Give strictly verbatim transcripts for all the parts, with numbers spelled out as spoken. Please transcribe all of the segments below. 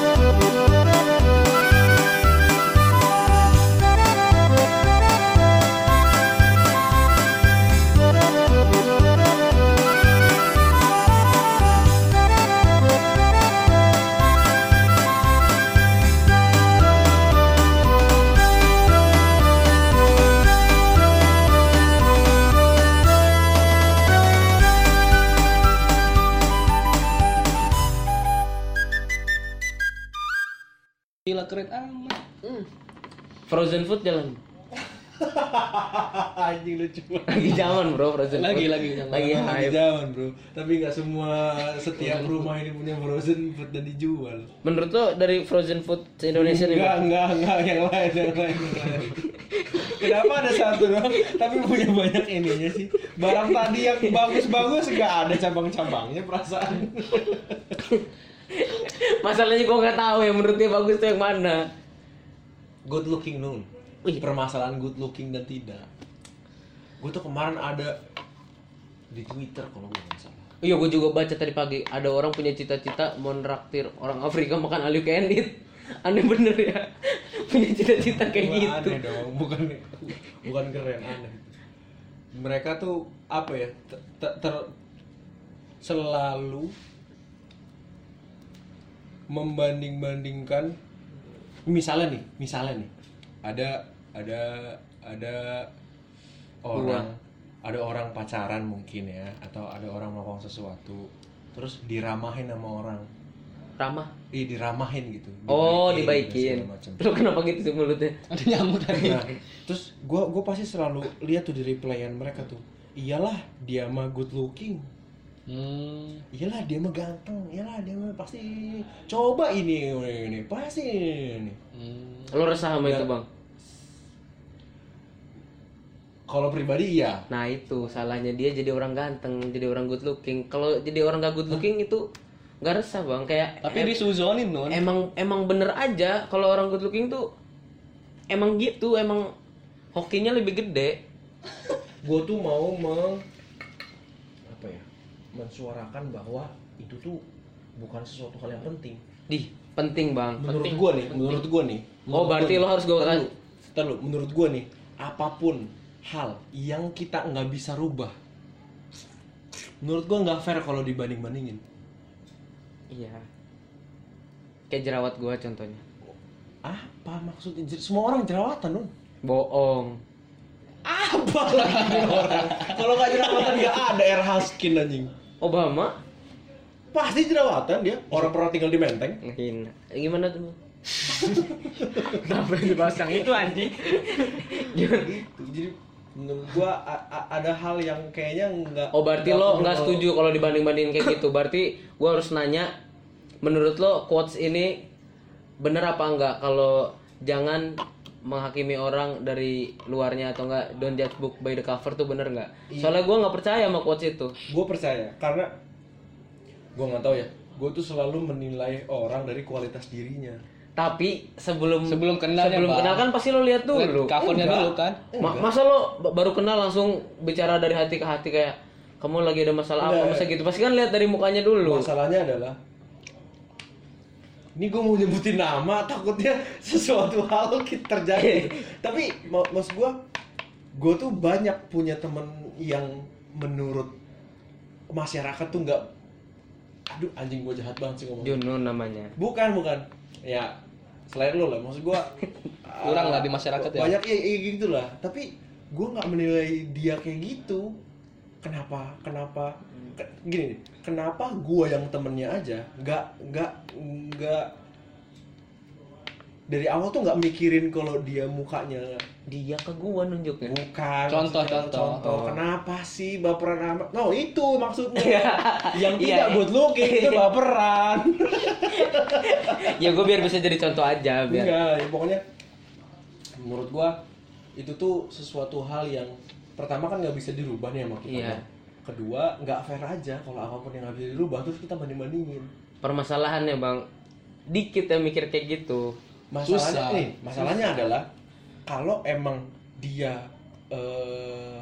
Gila keren amat. Hmm. Frozen food jalan. Anjing lucu. Lagi zaman bro frozen Lagi food. lagi zaman. Lagi Lagi hype. zaman bro. Tapi nggak semua setiap rumah ini punya frozen food dan dijual. Menurut lo dari frozen food Indonesia nih? Enggak, Bang? enggak, enggak, yang lain, yang lain, yang lain. Kenapa ada satu doang, tapi punya banyak ininya sih? Barang tadi yang bagus-bagus nggak ada cabang-cabangnya perasaan. Masalahnya gue nggak tahu yang menurut dia bagus tuh yang mana. Good looking nun. Wih. Permasalahan good looking dan tidak. Gue tuh kemarin ada di Twitter kalau gue nggak salah. Iya, gue juga baca tadi pagi ada orang punya cita-cita mau nraktir orang Afrika makan all you can eat. Aneh bener ya, punya cita-cita kayak Wah, gitu. Aneh dong, bukan bukan keren, aneh. Mereka tuh apa ya? Ter, ter, ter- selalu membanding-bandingkan. Misalnya nih, misalnya nih, ada ada ada orang, ada orang pacaran mungkin ya, atau ada orang melakukan sesuatu, terus diramahin sama orang. Ramah. Ih, diramahin gitu. Oh, dibaikin, dibaikin. segala macam. Lu kenapa gitu sih mulutnya? Ada nyamuk tadi. Nah, terus gua gua pasti selalu lihat tuh di replyan mereka tuh. Iyalah, dia mah good looking. Hmm. Iyalah, dia mah ganteng. Iyalah, dia mah pasti coba ini ini, ini. Pasti ini. Hmm. Lu resah sama Ya. itu, Bang? Kalau pribadi iya. Nah, itu salahnya dia jadi orang ganteng, jadi orang good looking. Kalau jadi orang gak good looking itu nggak resah, Bang. Kayak Tapi em- disuzonin non. emang emang bener aja kalau orang good looking tuh emang gitu, emang hokinya lebih gede. Gua tuh mau meng apa ya? mensuarakan bahwa itu tuh bukan sesuatu hal yang penting. Dih, penting, Bang. Menurut Penting. gua nih, menurut gua nih. Oh, menurut berarti gua lo nih. harus gua Ntar kan. lu, ntar lu, menurut gua nih, apapun hal yang kita nggak bisa rubah, menurut gua nggak fair kalau dibanding-bandingin. Iya. Kayak jerawat gua contohnya. Apa maksudnya? Jer- Semua orang jerawatan dong. Bohong. Apa lagi orang? Kalau nggak jerawatan nggak ada air Haskin anjing. Obama Pasti jerawatan dia. Orang pernah tinggal di Menteng. ngehina. Eh, Gimana tuh? Bang? Kenapa yang dipasang itu anjing? Gitu. Jadi menurut gua a- a- ada hal yang kayaknya nggak. Oh, berarti nggak lo perlu nggak kalau- setuju kalau dibanding-bandingin kayak gitu. Berarti gua harus nanya, menurut lo quotes ini bener apa enggak kalau jangan menghakimi orang dari luarnya atau enggak, don't judge book by the cover tuh bener nggak? Iya. Soalnya gua nggak percaya sama quotes itu. Gue percaya karena gue nggak tahu ya, gue tuh selalu menilai orang dari kualitas dirinya. Tapi sebelum Sebelum kenal ya, sebelum Bang. kenal kan pasti lo lihat Lihat dulu. covernya Enggak. dulu kan. Ma- masa lo b- baru kenal langsung bicara dari hati ke hati kayak kamu lagi ada masalah apa, Enggak. masa gitu? Pasti kan lihat dari mukanya dulu. Masalahnya adalah, ini gue mau nyebutin nama, takutnya sesuatu hal terjadi. Tapi mak- maksud gue, gue tuh banyak punya temen yang menurut masyarakat tuh nggak, aduh anjing gue jahat banget sih ngomong. Junun namanya. Bukan, bukan. Ya, selain lo lah, maksud gua Kurang lah di masyarakat ya. banyak ya, ya gitu lah. Tapi gua nggak menilai dia kayak gitu. Kenapa? Kenapa? Ke- Gini nih, kenapa gua yang temennya aja nggak nggak nggak dari awal tuh nggak mikirin kalau dia mukanya Dia ke gua nunjuknya. bukan. Contoh, maksudnya contoh. contoh. Oh. Kenapa sih baperan amat? No, itu maksudnya. Yang Iya, tidak iya. good looking itu baperan. Ya gua biar bisa jadi contoh aja biar. Enggak, ya pokoknya menurut gua itu tuh sesuatu hal yang pertama kan nggak bisa dirubah nih sama kita. Iya. Kedua, nggak fair aja kalau apapun yang nggak bisa dirubah terus kita banding-bandingin. Permasalahannya, Bang, dikit yang mikir kayak gitu. Masalahnya Susah. nih, masalahnya adalah kalau emang dia eh,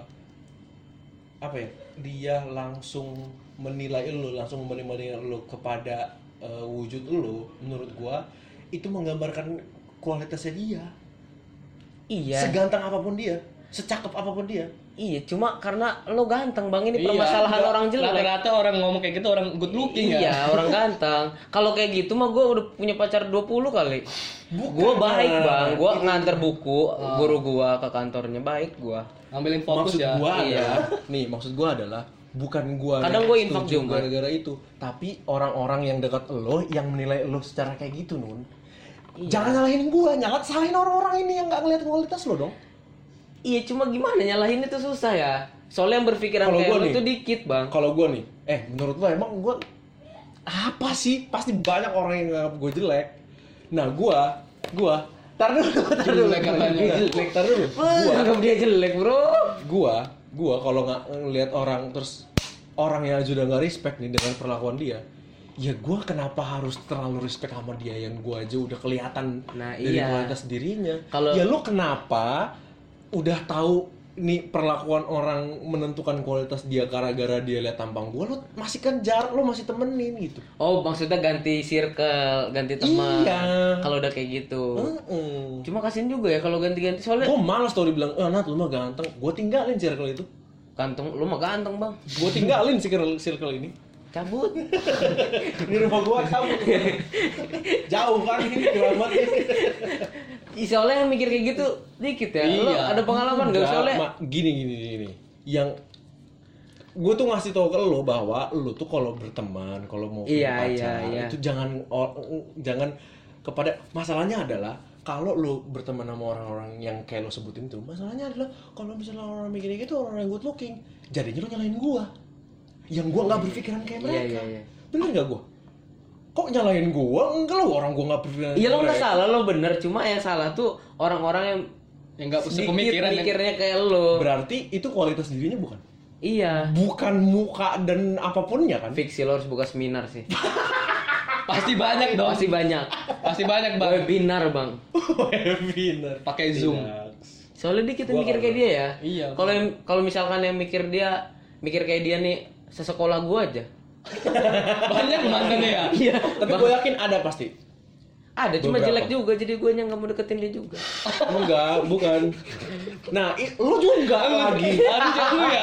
apa ya? Dia langsung menilai lu, langsung membanding-bandingkan lu kepada uh, wujud lu menurut gua itu menggambarkan kualitasnya dia. Iya. Seganteng apapun dia, secakep apapun dia. Iya, cuma karena lo ganteng bang, ini Iya, permasalahan enggak. orang jelek. Rata-rata orang ngomong kayak gitu orang good looking Iya, ya. orang ganteng. Kalau kayak gitu mah gue udah punya pacar dua puluh kali. Bukan. Gue baik bang, gue Itu- nganter buku Oh. guru gue ke kantornya, baik gue. Ngambilin fokus Maksud ya. gua Iya. adalah, nih maksud gua adalah bukan gua Kadang yang gua infak setuju juga. gara-gara itu, tapi orang-orang yang dekat lo yang menilai lo secara kayak gitu Nun. Iya. Jangan nyalahin gua, nyalat salahin orang-orang ini yang nggak ngeliat kualitas lo dong. Iya, cuma gimana nyalahin itu susah ya. Soalnya yang berpikiran Kalau kayak gua lo nih- itu dikit bang. Kalau gua nih, eh menurut lo emang gua apa sih? Pasti banyak orang yang nganggap gua jelek. Nah gua, gua, tar dulu, tar dulu, Jelek katanya. jelek, tar dulu. Gua anggap dia jelek bro. Gua, gua kalau nggak ngelihat orang terus orang yang aja udah nggak respect nih dengan perlakuan dia, ya gua kenapa harus terlalu respect sama dia yang gua aja udah kelihatan Nah, dari iya. kualitas dirinya. Kalau- ya lu kenapa udah tahu nih perlakuan orang menentukan kualitas dia gara-gara dia lihat tampang gua, lu masih kan jarak, lu masih temenin gitu. Oh maksudnya ganti circle, ganti teman. Iya. Kalau udah kayak gitu. Heeh. Cuma kasian juga ya kalau ganti-ganti soalnya Gua malas tau dibilang, "Ah, Nat, lu mah ganteng." Gua tinggalin circle itu. ganteng, lu mah ganteng bang. Gua tinggalin circle circle ini. Cabut. Di rumah gua cabut. Jauh kan ini keramat ini. Ih, soalnya yang mikir kayak gitu dikit ya. Lu Iya. ada pengalaman gak Enggak, soalnya? Ma, gini gini gini. Yang gue tuh ngasih tau ke lo bahwa lo tuh kalau berteman, kalau mau punya Iya, pacar, iya, iya. itu jangan or- jangan kepada masalahnya adalah kalau lo berteman sama orang-orang yang kayak lo sebutin tuh, masalahnya adalah kalau misalnya orang mikir gitu, orang yang good looking, jadinya lo nyalain gua. Yang gua nggak berpikiran kayak Iya, mereka. iya, iya. Bener nggak gua? Kok nyalain gua? Enggak lo, orang gua nggak berpikiran. Iya lo kayak nggak mereka. salah, lo bener. Cuma yang salah tuh orang-orang yang Yang enggak sedikit sepemikiran yang- mikirnya kayak lo. Berarti itu kualitas dirinya bukan? Iya. Bukan muka dan apapunnya kan? Fiksi lo harus buka seminar sih. Pasti banyak dong. Pasti banyak. Pasti banyak bang. Webinar bang. Webinar. Pakai Zoom. Soalnya dikit Gua mikir kalau- kayak dia ya. Iya. Kalau yang- kalau misalkan yang mikir dia mikir kayak dia nih sesekolah gua aja. Banyak mantannya ya. Iya. Tapi gue yakin ada pasti. Ada cuma Beberapa. jelek juga jadi gue yang nggak mau deketin dia juga. Enggak, bukan. Nah, i- lu juga lagi. Harusnya lu ya.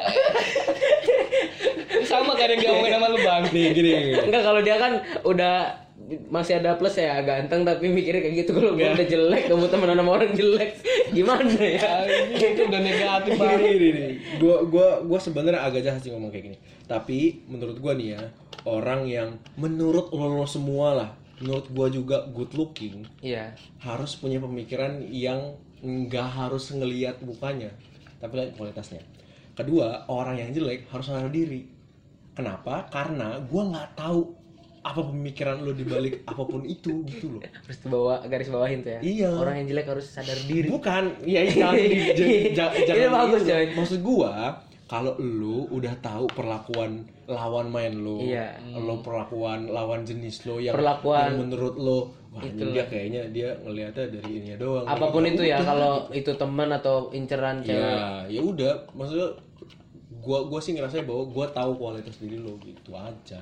Sama kayak yang diomongin sama lu bang. Nih, gini. gini. Enggak kalau dia kan udah masih ada plus ya ganteng tapi mikirnya kayak gitu kalau gue Iya. udah jelek kamu temenan sama orang jelek gimana ya? Anjing, itu udah negatif Gini, banget. gini, gini. Gua gua gua sebenarnya agak jahat sih ngomong kayak gini. Tapi menurut gua nih ya, orang yang menurut lo, lo semua lah, menurut gua juga good looking, Iya. harus punya pemikiran yang nggak harus ngelihat mukanya, tapi lihat kualitasnya. Kedua, orang yang jelek harus sadar diri. Kenapa? Karena gua nggak tahu apa pemikiran lo dibalik apapun itu gitu loh. Harus dibawa garis bawahin tuh ya. Iya. Orang yang jelek harus sadar diri. Bukan, ya jangan di- j- j- Ini jangan bagus, gitu. coy. Maksud gua, kalau lu udah tahu perlakuan lawan main lu, Iya. lo perlakuan lawan jenis lo yang, Perlakuan- yang menurut lo, wah Itu ini dia lah. kayaknya dia ngelihatnya dari ini doang. Apapun itu ya udah. kalau itu teman atau inceran cewek. Ya, ya udah, maksudnya gua gua sih ngerasa bahwa gua tahu kualitas diri lo gitu aja.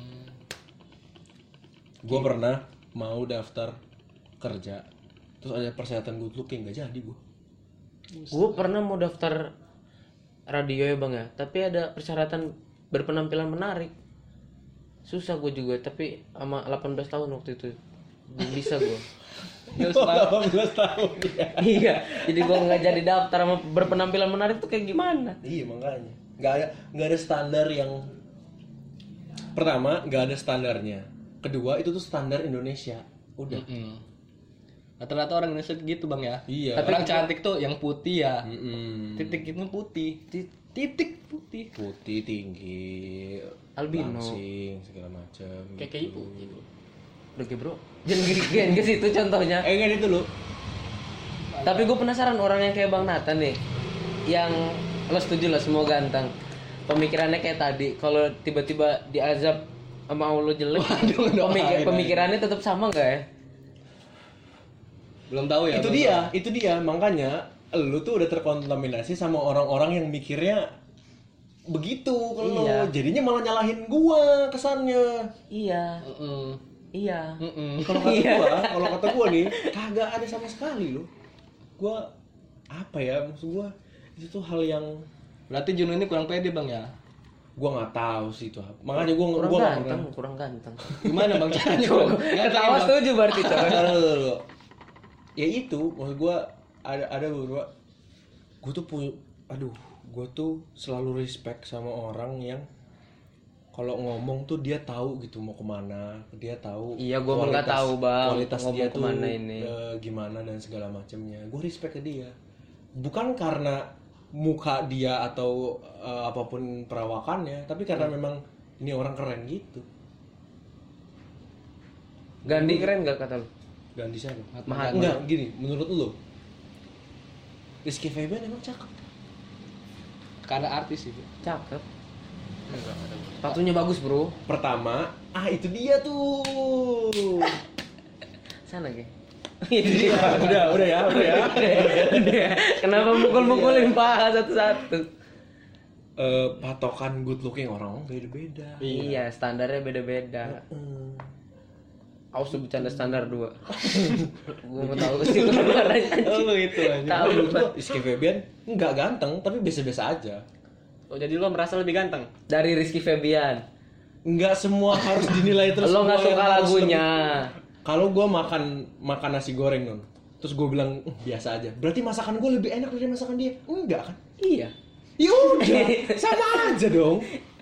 Gua pernah mau daftar kerja, terus ada persyaratan good looking, gak jadi gua. Gue pernah mau daftar radio ya bang ya, tapi ada persyaratan berpenampilan menarik. Susah gue juga, tapi sama delapan belas tahun waktu itu belum bisa gue. delapan belas tahun ya. Iya, jadi gue nggak jadi daftar sama berpenampilan menarik tuh kayak gimana? Iya makanya, nggak ada nggak ada standar yang pertama nggak ada standarnya. Kedua itu tuh standar Indonesia. Udah. Mm-mm. Rata-rata orang Indonesia gitu bang ya. Iya. Tapi orang cantik tuh yang putih ya. Mm-mm. Titik itu putih. Ti- Titik putih. Putih tinggi, Albino. langsing segala macam. Kayak kayak putih. Udah kayak bro, jangan gini-gini ke situ contohnya. Eh nggak itu lu. Tapi gue penasaran orang yang kayak Bang Nathan nih, yang lo setuju lah semua ganteng. Pemikirannya kayak tadi, kalau tiba-tiba diazab sama Allah jelek, Waduh, doain pemikir- aja. pemikirannya tetap sama nggak ya? Belum tahu ya. Itu belum dia, tahu. itu dia. Makanya lu tuh udah terkontaminasi sama orang-orang yang mikirnya begitu kalau Iya. jadinya malah nyalahin gua kesannya. Iya. Heeh. Iya. Heeh. Kalau kata Iya. gua, kalau kata gua nih kagak ada sama sekali loh. Gua apa ya maksud gua itu tuh hal yang Berarti Juno ini kurang pede bang ya? gua nggak tahu sih itu apa. Makanya gua Kurang gua nggak ganteng, pernah- kurang ganteng. Gimana bang caranya? Coba, Bang? ketawa Bang. setuju berarti coy. Taruh, taruh, taruh. Ya itu maksud gua ada ada beberapa gua tuh punya aduh gua tuh selalu respect sama orang yang kalau ngomong tuh dia tahu gitu mau kemana, dia tahu. Iya, gua mah nggak kualitas- tahu, Bang, Kualitas ngomong dia tuh kemana ini. eh, gimana dan segala macamnya. Gua respect ke dia. Bukan karena muka dia atau eh, apapun perawakannya, tapi karena Hmm. memang ini orang keren gitu. Gandhi keren gak kata lu? Gandhi siapa? Mahatma. Enggak, gini, menurut lu Rizky Febian emang cakep? Karena artis itu. Cakep. Sepatunya bagus, Bro. Pertama, ah itu dia tuh. Sana, Ge. Iya, udah, udah ya, udah ya. Udah. Kenapa mukul-mukulin paha satu-satu? Eh, patokan good looking orang beda-beda. Iya, standarnya beda-beda. Hmm. Awas tuh bercanda standar dua. Gua mau tahu sih keluarannya. Oh itu aja. Tahu Menurut gua. gua Rizky Febian nggak ganteng, tapi biasa-biasa aja. Oh jadi lo merasa lebih ganteng? Dari Rizky Febian. Nggak semua harus dinilai terus. Lo nggak semua suka yang harus lagunya. lebih- Kalau gua makan makan nasi goreng non, terus gua bilang "Eh, biasa aja. Berarti masakan gua lebih enak dari masakan dia? Enggak kan? Iya. Ya udah, sama aja dong.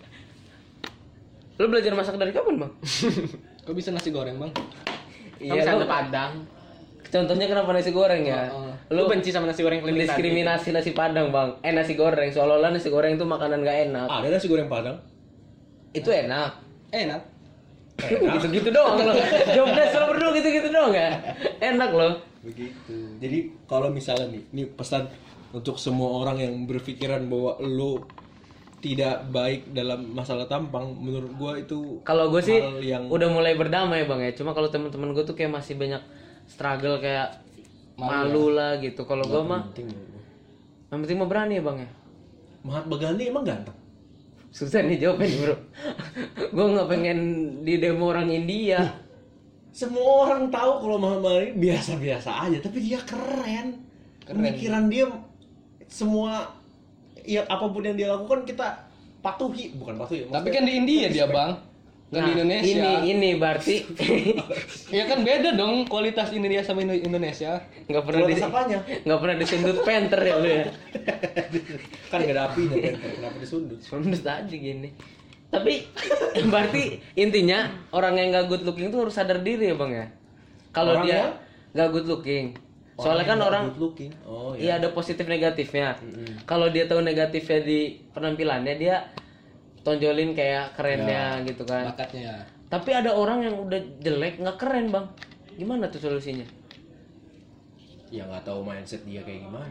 Lo belajar masak dari kapan, Bang? Kok bisa nasi goreng bang? Iya, Iya lo ada Padang. contohnya kenapa nasi goreng ya? Oh, oh. Lo Lu benci sama nasi goreng keliling tadi. diskriminasi nasi Padang, Bang. Eh nasi goreng, seolah-olah nasi goreng itu makanan gak enak. Ada nasi goreng Padang. Itu enak. Enak. Enak. Gitu-gitu doang lo. Job desk lo berdua gitu-gitu doang ya. Enak lo. Begitu. Jadi kalau misalnya nih, ini pesan untuk semua orang yang berpikiran bahwa lo tidak baik dalam masalah tampang, menurut gua itu Kalau gue sih hal yang udah mulai berdamai, Bang ya. Cuma kalau teman-teman gue tuh kayak masih banyak struggle kayak malu lah gitu. Kalau gue mah penting menurut gua. yang penting mah berani ya, Bang ya. Mahatma Gandhi emang ganteng. Susah nih jawabnya nih, Bro. Gue nggak pengen di demo orang India. Semua orang tahu kalau Mahatma Gandhi biasa-biasa aja, tapi dia keren. Pemikiran dia semua ya apapun yang dia lakukan kita patuhi, bukan patuhi. Tapi kan di India dia bang, nggak di Nah, Indonesia. Ini ini berarti Ya kan beda dong kualitas India sama Indo- Indonesia. nggak pernah di kualitas apanya? nggak pernah disundut penter ya lu ya. Kan gak ada apinya kan, kenapa disundut? Sundut aja gini. Tapi berarti intinya orang yang nggak good looking tuh harus sadar diri ya, Bang ya. Kalau Orang dia yang? nggak good looking. Soalnya kan yang orang good looking. Oh iya ada positif negatifnya. Kalau dia tahu negatifnya di penampilannya dia tonjolin kayak kerennya gitu kan. Bakatnya. Tapi ada orang yang udah jelek nggak keren, Bang. Gimana tuh solusinya? Ya nggak tahu mindset dia kayak gimana.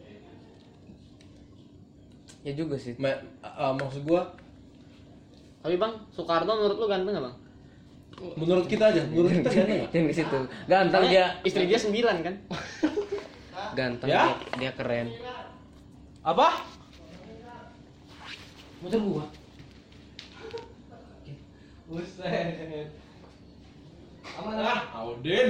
Ya juga sih. Ma uh, maksud gua, Tapi bang, Soekarno menurut lu ganteng nggak bang? menurut kita aja, menurut kita ganteng nggak? Jangan ke situ. Ganteng dia. Istri dia sembilan kan? Ganteng Ya? dia, dia keren. Apa? Motor gua. Buset. Aman ah, Audin.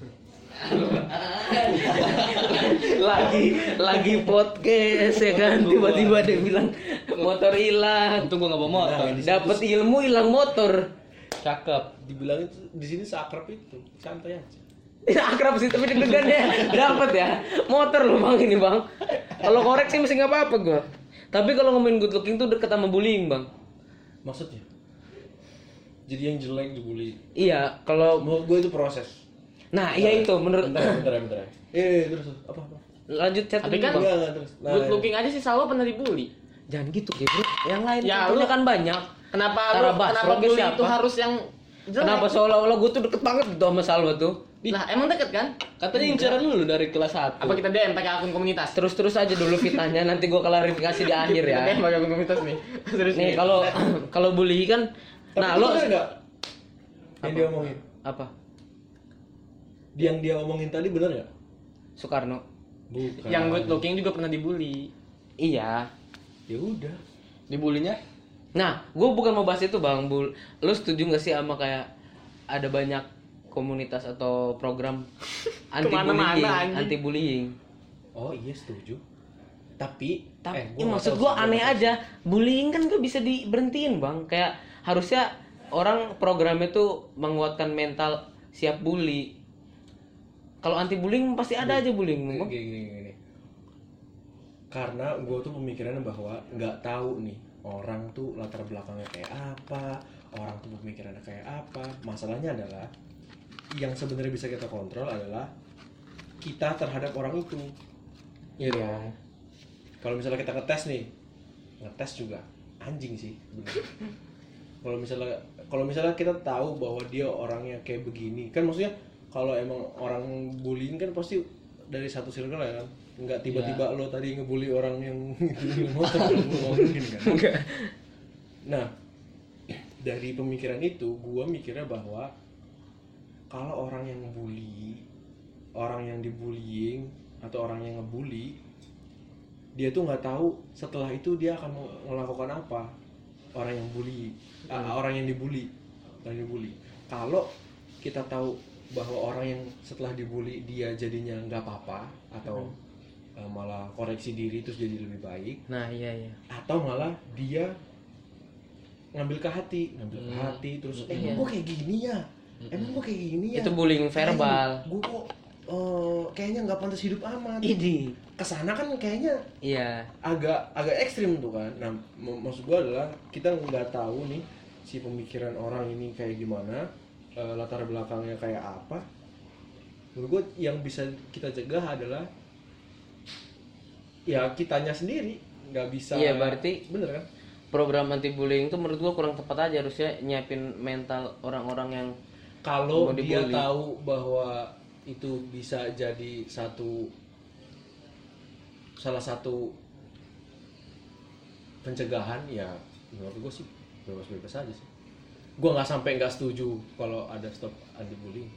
lagi lagi podcast ya kan tiba-tiba dia bilang motor hilang. Untung gua nggak bawa motor. Nah, Dapat ilmu hilang motor. Cakep. Dibilang itu di sini seakrab itu, santai aja. Ya, akrab sih tapi deg-degan ya. Dapat ya. Motor loh Bang ini, Bang. Kalau koreksi masih nggak apa-apa gua. Tapi kalau ngomongin good looking tuh deket sama bullying, Bang. Maksudnya? Jadi yang jelek dibully. Iya, kalau Menurut gue itu proses. nah iya itu menurut Bentar, bentar, bentar. Eh, terus apa apa? lanjut chat Tapi dulu, kan- Bang. Enggak, enggak terus. Nah, Good looking aja sih selalu pernah dibully. Jangan gitu, Bro. Yang lain Ya, contohnya lu- kan banyak. Kenapa Tara lu, Basro kenapa ke bully siapa? itu harus yang jelek? Kenapa seolah-olah gue tuh deket banget tuh sama Salwa tuh? Lah emang deket kan? Iya. Katanya incaran lu dari kelas satu. Apa kita D M pakai akun komunitas? Terus-terus aja dulu fitnahnya, nanti gue klarifikasi di akhir ya. Kita D M pakai akun komunitas nih. Terus Nih kalau kalau bully kan, Tapi nah itu lo bener nggak? Yang Apa? dia omongin. apa? Yang dia omongin tadi bener nggak? Soekarno. Bukan. yang good looking juga pernah dibully. Iya. Ya udah. Dibulinya? Nah, gue bukan mau bahas itu bang. Bul, lu setuju nggak sih sama kayak ada banyak komunitas atau program anti Kemana-mana, bullying, anjing. anti bullying? Oh iya setuju. Tapi, Tapi eh, ya, gua nggak maksud tahu gue sih, gua aneh nggak tahu aja. Bullying kan gak bisa diberhentiin bang. Kayak harusnya orang programnya tuh menguatkan mental siap bully. Kalau anti bullying pasti ada aja bullying. Gini, Bang. gini, gini, gini. Karena gue tuh pemikirannya bahwa nggak tahu nih orang tuh latar belakangnya kayak apa, orang tuh pemikirannya kayak apa. Masalahnya adalah yang sebenarnya bisa kita kontrol adalah kita terhadap orang itu. Iya dong. Kalau misalnya kita ngetes nih, ngetes juga anjing sih sebenarnya. Kalau misalnya kalau misalnya kita tahu bahwa dia orangnya kayak begini, kan maksudnya kalau emang orang bullying kan pasti dari satu circle ya kan, nggak tiba-tiba lo tadi ngebully orang yang itu motor, nggak mungkin kan. Nah, dari pemikiran itu, gua mikirnya bahwa kalau orang yang bully, orang yang dibullying atau orang yang ngebully, dia tuh nggak tahu setelah itu dia akan melakukan apa. Orang yang bully, hmm. uh, orang yang dibully, orang yang dibully. Kalau kita tahu bahwa orang yang setelah dibully dia jadinya nggak apa-apa atau hmm. uh, malah koreksi diri terus jadi lebih baik. Nah iya iya. Atau malah dia ngambil ke hati, ngambil ke Hmm. hati terus, eh Iya. emang gue kayak gini ya, emang gue kayak gini ya. Itu bullying verbal. Gue kok uh, kayaknya nggak pantas hidup amat. Idi. Kesana kan kayaknya Iya. agak agak ekstrim tuh kan. Nah m- maksud gue adalah kita nggak tahu nih si pemikiran orang ini kayak gimana, uh, latar belakangnya kayak apa. Menurut gue yang bisa kita cegah adalah ya kitanya sendiri, nggak bisa. Iya, berarti bener kan? Program anti bullying itu menurut gua kurang tepat aja, harusnya nyiapin mental orang-orang yang Kalau mau dia dibully. tahu bahwa itu bisa jadi satu salah satu pencegahan, ya menurut gue sih bebas-bebas aja sih. Gue nggak sampai nggak setuju kalau ada stop anti bullying.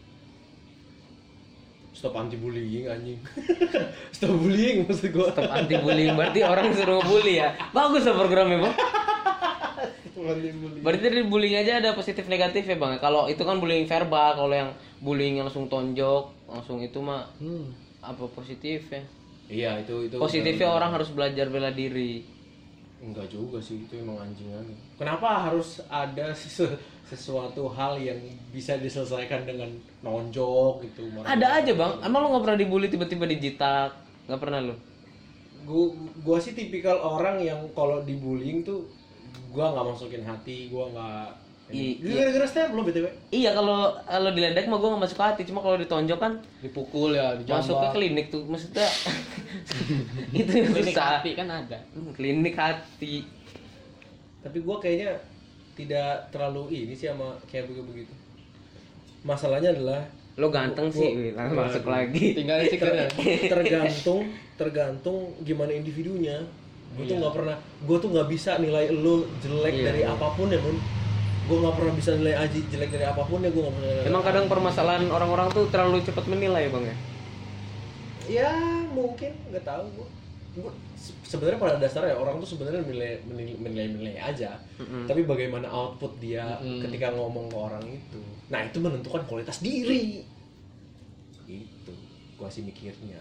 Stop anti bullying anjing. Stop bullying maksud gue. Stop anti bullying, berarti orang suruh bully ya. Bagus lah programnya bang. Anti bullying. Berarti dari bullying aja ada positif negatif ya bang. Kalau itu kan bullying verbal, kalau yang bullying yang langsung tonjok, langsung itu mah Hmm. apa positif ya? Iya itu itu. Positifnya orang harus belajar bela diri. Enggak juga sih, itu emang anjing aja. Kenapa harus ada sesu- sesuatu hal yang bisa diselesaikan dengan nonjok gitu? Ada aja bang. Emang lo nggak pernah dibully tiba-tiba dijitak? Nggak pernah lo? Gua, gua sih tipikal orang yang kalau dibullying tuh gua nggak masukin hati, gua nggak. I- Gara-gara step lo btw. Iya kalau kalau diledek mah gue nggak masuk ke hati. Cuma kalau ditonjok kan Dipukul ya, dijambak. masuk ke klinik tuh maksudnya. Itu yang Klinik susah. hati kan ada. Hmm, klinik hati. Tapi gua kayaknya tidak terlalu ini sih sama kayak begitu. Masalahnya adalah Lo ganteng Gua- sih, wih, langsung Waduh. masuk lagi. Tinggal isi Ter- tergantung tergantung gimana individunya. Gue tuh Iya. nggak pernah, gue tuh nggak bisa nilai lo jelek Iya, dari iya. apapun ya Mun. Gue nggak pernah bisa nilai Aji jelek dari apapun ya, gue nggak pernah nilai. Emang kadang permasalahan orang-orang tuh terlalu cepat menilai bang ya. ya mungkin nggak tahu gue. Gue se- sebenarnya pada dasarnya orang tuh sebenarnya menilai menilai menilai, menilai aja. Mm-mm. Tapi bagaimana output dia Mm-mm. ketika ngomong ke orang itu, nah itu menentukan kualitas diri. Itu gue sih mikirnya.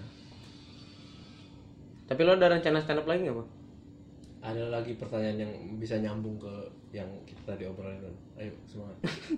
Tapi lo ada rencana stand up lagi nggak bang? Ada lagi pertanyaan yang bisa nyambung ke yang kita tadi obrolin. Ayo semangat.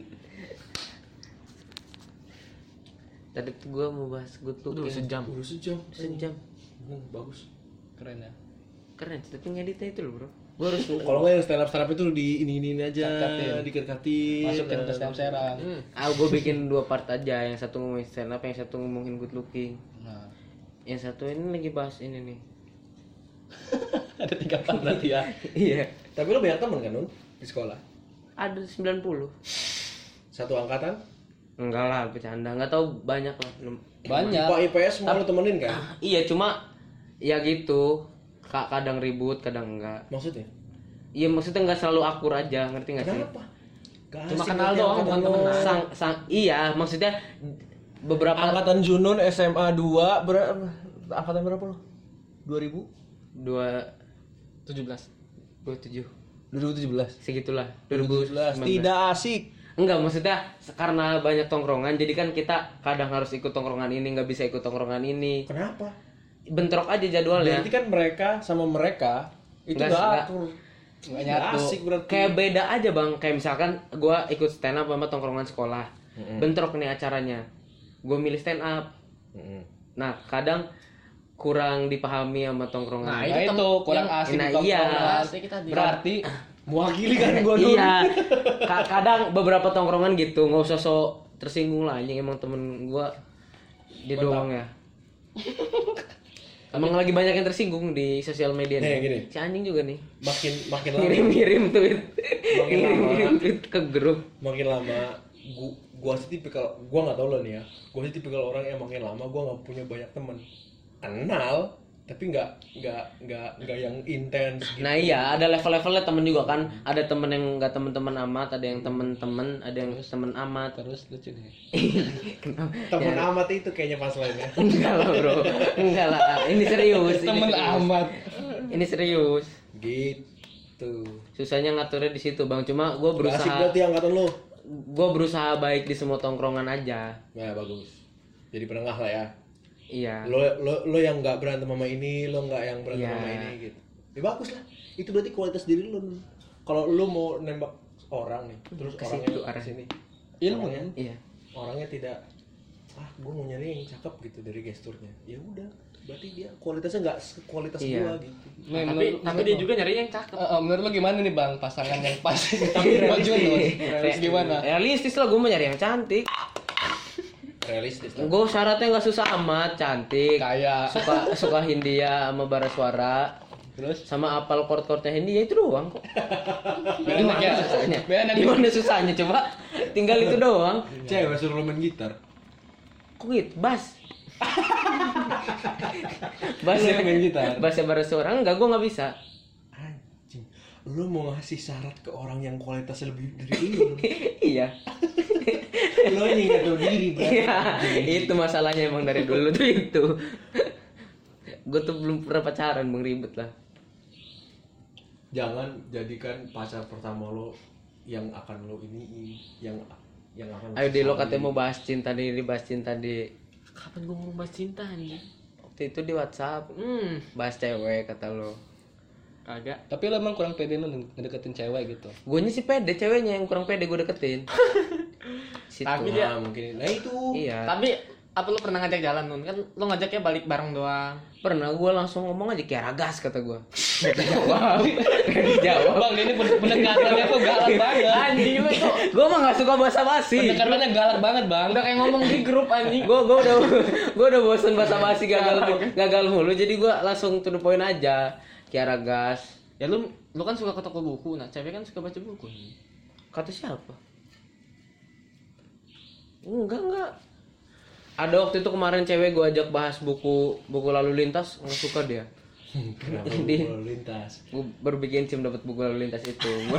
Tadi tuh gue mau bahas good looking. Udah sejam. Udah sejam. Sejam. Hmm, bagus. Keren ya. Keren. Tapi ngeditnya itu loh bro. Gue harus. Kalau nggak yang stand up stand up itu di ini ini aja, Kat-katin. dikat-katin. Masukin ke setiap serang. Hmm. Ah gue bikin dua part aja. Yang satu ngomongin stand up, yang satu ngomongin good looking. Nah, Yang satu ini lagi bahas ini nih. ada tiga part berarti ya. Iya. Tapi lo banyak temen kan Nun di sekolah? Ada sembilan puluh. Satu angkatan? Enggak lah, bercanda. Enggak tahu banyak lah. Banyak. Pak I P S semua lo temenin kan? Iya, cuma ya gitu. Ka- Kadang ribut, kadang enggak. Maksudnya? Iya, maksudnya enggak selalu akur aja, ngerti enggak sih? Kenapa? Gak Cuma asik kenal nanti doang, angkatan bukan lo. temenan. Sang, sang, iya, maksudnya beberapa Angkatan Junun S M A dua berapa? Angkatan berapa lo? dua ribu? dua tujuh belas. dua tujuh. dua ribu tujuh belas. segitulah. dua ribu sembilan belas. Tidak asik. Enggak, maksudnya karena banyak tongkrongan jadi kan kita kadang harus ikut tongkrongan ini, nggak bisa ikut tongkrongan ini. Kenapa? Bentrok aja jadwalnya. Berarti kan mereka sama mereka itu Nggak- nggak nggak- atur. nggak Nggak nyatu. asik berarti. Kayak beda aja bang, kayak misalkan gue ikut stand up sama tongkrongan sekolah, Mm-mm. bentrok nih acaranya, gue milih stand up. Mm-mm. Nah kadang kurang dipahami sama tongkrongan. Nah, itu itu, tem- kurang yang- asik Nah, di iya. tongkrongan. Asik kita di- Berarti Mewakili kan gua dulu. Iya, Ka- kadang beberapa tongkrongan gitu nggak usah sok tersinggung lah, anjing emang temen gue dia Mantap. doang ya. Emang lagi banyak yang tersinggung di sosial media Nih, nih. gini. Si anjing juga nih. Makin makin lama Ngirim-ngirim tweet. Makin lama. Ngirim-ngirim tweet ke grup. makin lama gua, gua sih tipikal gua nggak tahu lo nih ya. Gua sih tipikal orang yang makin lama gua nggak punya banyak teman. Kenal tapi nggak nggak nggak nggak yang intens gitu. Nah iya, ada level-levelnya temen juga kan. Ada temen yang nggak temen-temen amat, ada yang temen-temen, ada yang temen amat. terus lucu nih. Kenapa? Temen Ya, amat itu kayaknya pas lainnya. enggak lah bro, enggak lah. Ini serius. ini Temen serius. amat. Ini serius. Gitu. Susahnya ngaturnya di situ bang. Cuma gue Nggak asik berusaha, berarti angkatan lo. gue berusaha baik di semua tongkrongan aja. Ya bagus. Jadi penengah lah ya. Iya. Lo lo lo yang nggak berantem sama ini, lo nggak yang berantem Iya. sama ini gitu. Ya bagus lah. Itu berarti kualitas diri lo. Kalau lo mau nembak orang nih, terus Ke orangnya situ ke arahnya. sini. Ilmu Orangnya, kan? Iya. orangnya tidak ah gue mau nyari yang cakep gitu dari gesturnya. Ya udah, berarti dia kualitasnya nggak kualitas Iya. gua gitu. Nih, tapi menurut- tapi dia juga nyari yang cakep. Eh, eh, menurut lo gimana nih bang pasangan yang pas? Tapi Buat Junos. Realistis. Gimana? Realistis lah, gue mau nyari yang cantik. Realistis lah. Gue syaratnya nggak susah amat, cantik, Kayak suka suka Hindia sama bara suara, terus sama apal chord-chordnya Hindia itu doang kok. enak ya. Susahnya. Enak ya. Gimana susahnya coba? Tinggal itu doang. Cewek suruh lo main gitar. Kok gitu? Bass. Bass Lu yang main gitar? Bassnya bara suara enggak, gue nggak bisa. Anjing. Lo mau ngasih syarat ke orang yang kualitasnya lebih dari lo. Iya. Lo nggak tahu diri berarti. Iya, itu masalahnya emang dari dulu tuh itu. Gue tuh belum pernah pacaran, bang, ribet lah. Jangan jadikan pacar pertama lo yang akan lo ini yang yang akan Ayo deh, lo sesali. katanya mau bahas cinta nih, bahas cinta di Kapan gue mau bahas cinta nih? waktu itu di WhatsApp. Hmm, Bahas cewek kata lo. kagak. Tapi lo emang kurang pede lo ngedeketin cewek gitu. Guanya sih pede, ceweknya yang kurang pede gue deketin. Situ. Tapi Nah, dia- mungkin nah itu. Iya. Tapi apa lu pernah ngajak jalan nun? Kan lu ngajaknya balik bareng doang. Pernah gue langsung ngomong aja kayak ragas kata gue. Gak dijawab. Gak dijawab. Bang ini pen- pendekatannya tuh galak banget. Anjing lu itu Gue mah gak suka basa-basi. Pendekatannya galak banget bang. udah kayak ngomong di grup anjing. Gue gue udah gue udah bosen basa-basi gagal gagal mulu. Jadi gue langsung to the point aja. Kayak ragas. Ya lu lu kan suka ke toko buku. Nah, cewek kan suka baca buku. Kata siapa? Enggak, enggak. Ada waktu itu kemarin cewek gue ajak bahas buku buku lalu lintas, nggak suka dia. Kenapa Di- lo lintas? Gue berbikin sim dapat buku lalu lintas itu. Gue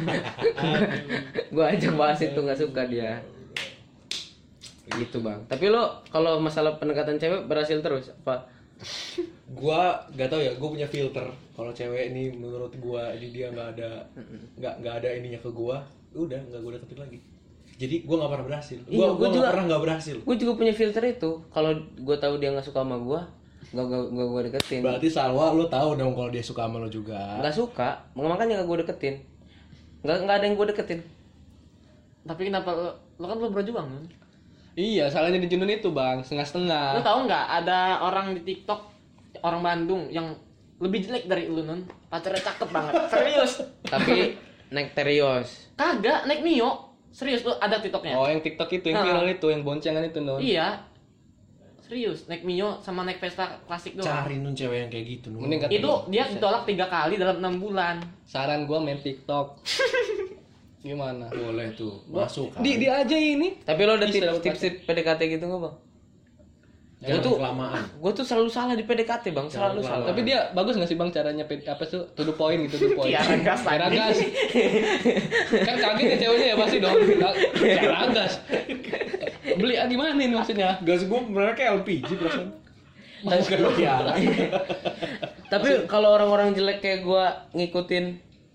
gue ajak bahas itu nggak suka dia. Gitu bang. Tapi lo kalau masalah pendekatan cewek berhasil terus apa? Gua gak tau ya, gua punya filter. Kalau cewek ini menurut gua ini dia nggak ada nggak nggak ada ininya ke gua, udah nggak gua deketin lagi. Jadi gua nggak pernah berhasil. Gua Iya, gua gua nggak juga- pernah nggak berhasil. Gue juga punya filter itu. Kalau gue tahu dia nggak suka sama gue, nggak nggak nggak gue deketin. Berarti Salwa lo tahu dong kalau dia suka sama lo juga. Nggak suka, makanya nggak gue deketin. Nggak nggak ada yang gue deketin. Tapi kenapa lu, lu kan lu berjuang nun? Iya salahnya di Junun itu bang setengah-setengah. Lu tahu nggak ada orang di TikTok orang Bandung yang lebih jelek dari lu nun? Pacarnya cakep banget. Serius. Tapi naik terios. Kagak naik Mio. Serius lu ada TikToknya? Oh yang TikTok itu yang Ha. viral itu yang boncengan itu non. Iya. Serius, naik Mio sama naik Vespa klasik doang. Cari nun cewek yang kayak gitu nun. Mending kata Itu dia ditolak tiga kali dalam enam bulan. saran gua main TikTok. Gimana? Boleh tuh, masuk kan. Di dia aja ini. Tapi lo ada Bisa dapat tips tips P D K T gitu nggak bang? Jangan Gua tuh- kelamaan. Gue tuh selalu salah di P D K T bang, selalu Jangan salah. Tapi dia bagus nggak sih bang caranya pe- apa tuh to the point gitu to the point. Kiara gas Kiara lagi. gas. Kan kaget ya ceweknya ya pasti dong. Kiara gas. Beli ah, gimana ini maksudnya? Gas gua mereka L P G perasaan. Bukan lo Tiara. Tapi kalau orang-orang jelek kayak gue ngikutin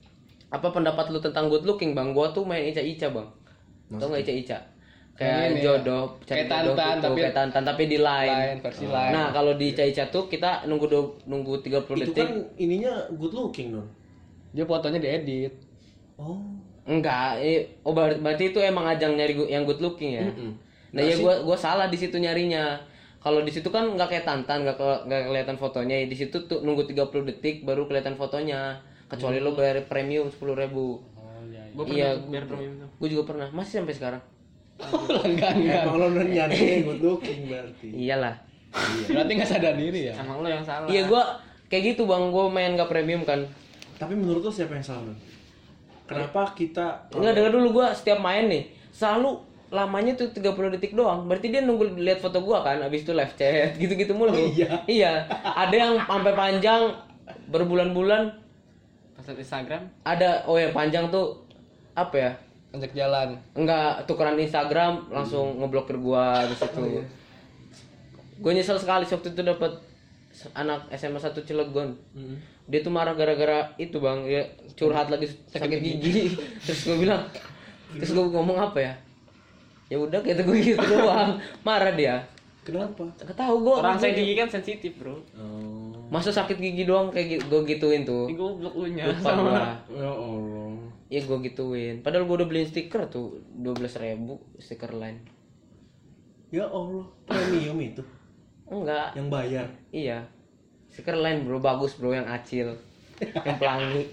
apa pendapat lu tentang good looking bang? Gua tuh main ica-ica bang. Tau nggak ica-ica? Kayak Ini ya, jodoh, cari kayak jodoh Tantan, gitu, tapi- kayak tantan tapi di line. Line, versi line. Nah kalau di ica-ica tuh kita nunggu do, nunggu tiga puluh Itu detik. kan ininya good looking non. Dia fotonya diedit. Oh. Enggak, eh, oh ber- berarti itu emang ajang nyari gu- yang good looking ya. Mm-mm. Nah Nggak ya sih. gua gua salah di situ nyarinya. Kalau di situ kan nggak kayak tantan, nggak ke- nggak kelihatan fotonya. Di situ tuh nunggu tiga puluh detik baru kelihatan fotonya. Kecuali lo bayar premium sepuluh ribu. Oh iya. Gue Iya, pernah biar premium tuh. Gue juga pernah, masih sampai sekarang. Langganan. Emang lo nyari good looking berarti. Iyalah. Berarti nggak sadar diri ya. Emang lo yang salah. Iya gua kayak gitu bang, gua main nggak premium kan. Tapi menurut lo siapa yang salah? Non? Kenapa kita Enggak, dengar dulu gua setiap main nih selalu lamanya tuh tiga puluh detik doang. Berarti dia nunggu lihat foto gua kan, habis itu live chat gitu-gitu mulu. Oh, iya. Iya. Ada yang sampai panjang berbulan-bulan. Pas liat Instagram. Ada oh yang panjang tuh apa ya? Ngajak jalan. Enggak tukeran Instagram langsung ngeblokir gua di situ. Oh, iya. Gue nyesel sekali waktu itu dapat anak S M A satu Cilegon. Mm. Dia tuh marah gara-gara itu bang, dia curhat lagi sakit gigi. Terus gue bilang, terus gue ngomong apa ya? Ya udah kayak gue gitu doang. Marah dia. Kenapa? Gak tahu gue. Orang saya gigi kan sensitif bro. Oh. Masa sakit gigi doang kayak gue gituin tuh. Ini goblok lu nya. Lupa gua. Ya Allah. Ya gue gituin. Padahal gue udah beliin stiker tuh dua belas ribu stiker line. Ya Allah. Premium itu Enggak. yang bayar. Iya. Stiker line bro bagus bro yang acil, yang pelangi.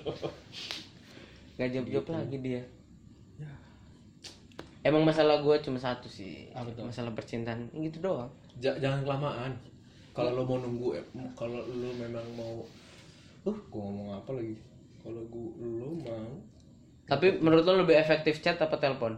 Gak job-job lagi dia. Emang masalah gue cuma satu sih. Apa tuh? Masalah percintaan gitu doang. Ja- jangan kelamaan. Kalau lo mau nunggu, eh, kalau lo memang mau, uh, gua ngomong apa lagi? Kalau gua lo mau, Tapi menurut lo lebih efektif chat apa telepon?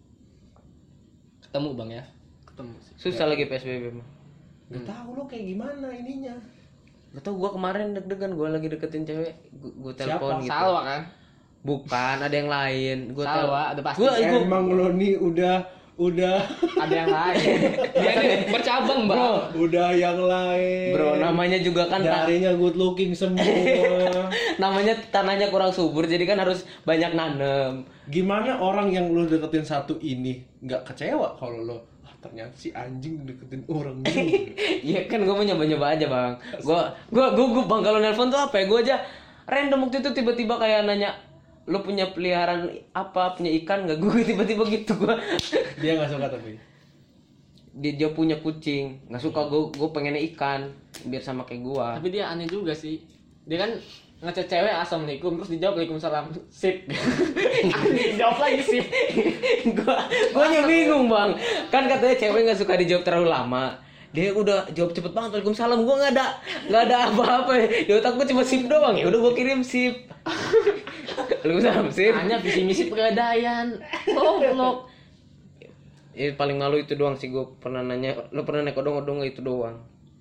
Ketemu bang ya. Ketemu sih. Susah lagi P S B B mah. nggak tahu lo kayak gimana ininya. Gak tau gue kemarin deg-degan gue lagi deketin cewek, gue telepon Siapa? gitu. Salwa kan? Bukan, ada yang lain. Gue Salwa, ada pasti. Gue gue Emang lo nih udah, udah, Ada yang lain. Dia nih bercabang bang. udah yang lain. bro namanya juga kan ta- Darinya good looking semua. namanya tanahnya kurang subur jadi kan harus banyak nanem. Gimana orang yang lo deketin satu ini nggak kecewa kalau lo, ah ternyata si anjing deketin orang ini. Iya kan gue mau nyoba-nyoba aja bang. Gue gue gue gue bang kalau nelpon tuh apa ya? Gue aja random waktu itu tiba-tiba kayak nanya lo punya peliharaan apa, punya ikan nggak? Gue tiba-tiba gitu gue. Dia nggak suka tapi. Dia, dia punya kucing, nggak suka gue gue pengennya ikan biar sama kayak gue. Tapi dia aneh juga sih. Dia kan ngechat cewek assalamualaikum terus dijawab waalaikumsalam. Sip. Dijawab lagi sip. gue gue nya bingung bang. Kan katanya cewek nggak suka dijawab terlalu lama. Dia udah jawab cepet banget waalaikumsalam. Gue nggak ada nggak ada apa-apa. Di otak gue cuma sip doang. Ya udah gue kirim sip. Waalaikumsalam sip. Hanya visi misi pegadaian. Goblok. Ya paling malu itu doang sih gue pernah nanya. Lo pernah naik odong-odong nggak itu doang?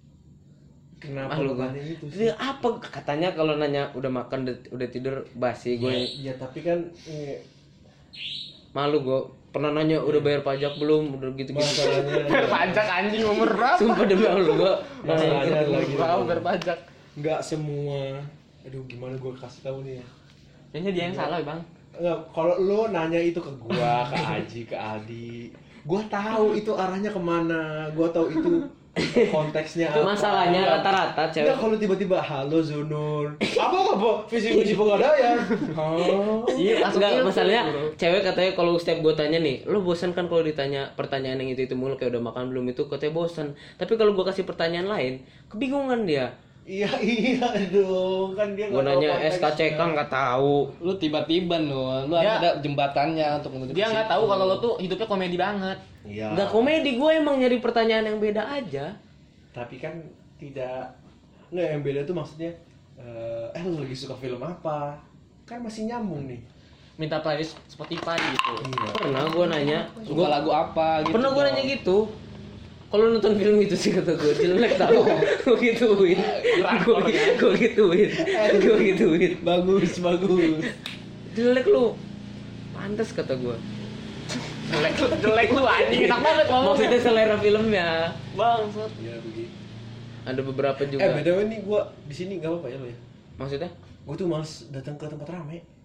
Kenapa Malu lo gue. tanya itu sih? Dia apa katanya kalau nanya udah makan udah, udah tidur basi gue. Ya tapi kan eh, Malu gue. Pernah nanya udah bayar pajak belum? Udah gitu-gitu. masalahnya Pajak anjing umur berapa? Sumpah demi Allah gue. masalahnya lagi. Berapa berpajak? Nggak semua. Aduh gimana gue kasih tahu nih ya. Kayaknya dia yang salah, Bang. Enggak, kalau lo nanya itu ke gua, ke Aji, ke Adi, gua tahu itu arahnya kemana, gua tahu itu konteksnya apa. Masalahnya rata-rata cewek. Enggak, kalau tiba-tiba halo Zunur, apa apa visi misi pegadaian? Oh, Iya, langsung Enggak, ilfil, masalahnya bro. cewek katanya kalau setiap gue tanya nih, lo bosan kan kalau ditanya pertanyaan yang itu itu mulu kayak udah makan belum itu katanya bosan. Tapi kalau gue kasih pertanyaan lain, kebingungan dia. iya iya dong, kan dia Gue nggak tahu nanya S K C K konteksnya. nggak tahu. Lu tiba-tiba no, lu Dia- ada jembatannya untuk menuju Dia ke nggak situ. tahu kalau lo tuh hidupnya komedi banget. Iya. Nggak komedi, gue emang nyari pertanyaan yang beda aja. Tapi kan tidak, nggak yang beda tuh maksudnya, eh eh lu lagi suka film apa? Kan masih nyambung nih. Minta playlist Spotify gitu. Iya. Pernah gue nanya, suka gua, lagu apa gitu. pernah gue dong. nanya gitu. Kalau nonton film itu sih kata gue jelek tau. Gue gituin, gue gue gituin, gue gituin. Bagus bagus. Jelek lu, pantas kata gue. Jelek lu, jelek lu anjing. Enak banget ngomong. Maksudnya selera filmnya. Bangsat. Ya begitu. Ada beberapa juga. Eh btw nih gua di sini nggak apa-apa ya lo ya. Maksudnya? Gue tuh males datang ke tempat rame.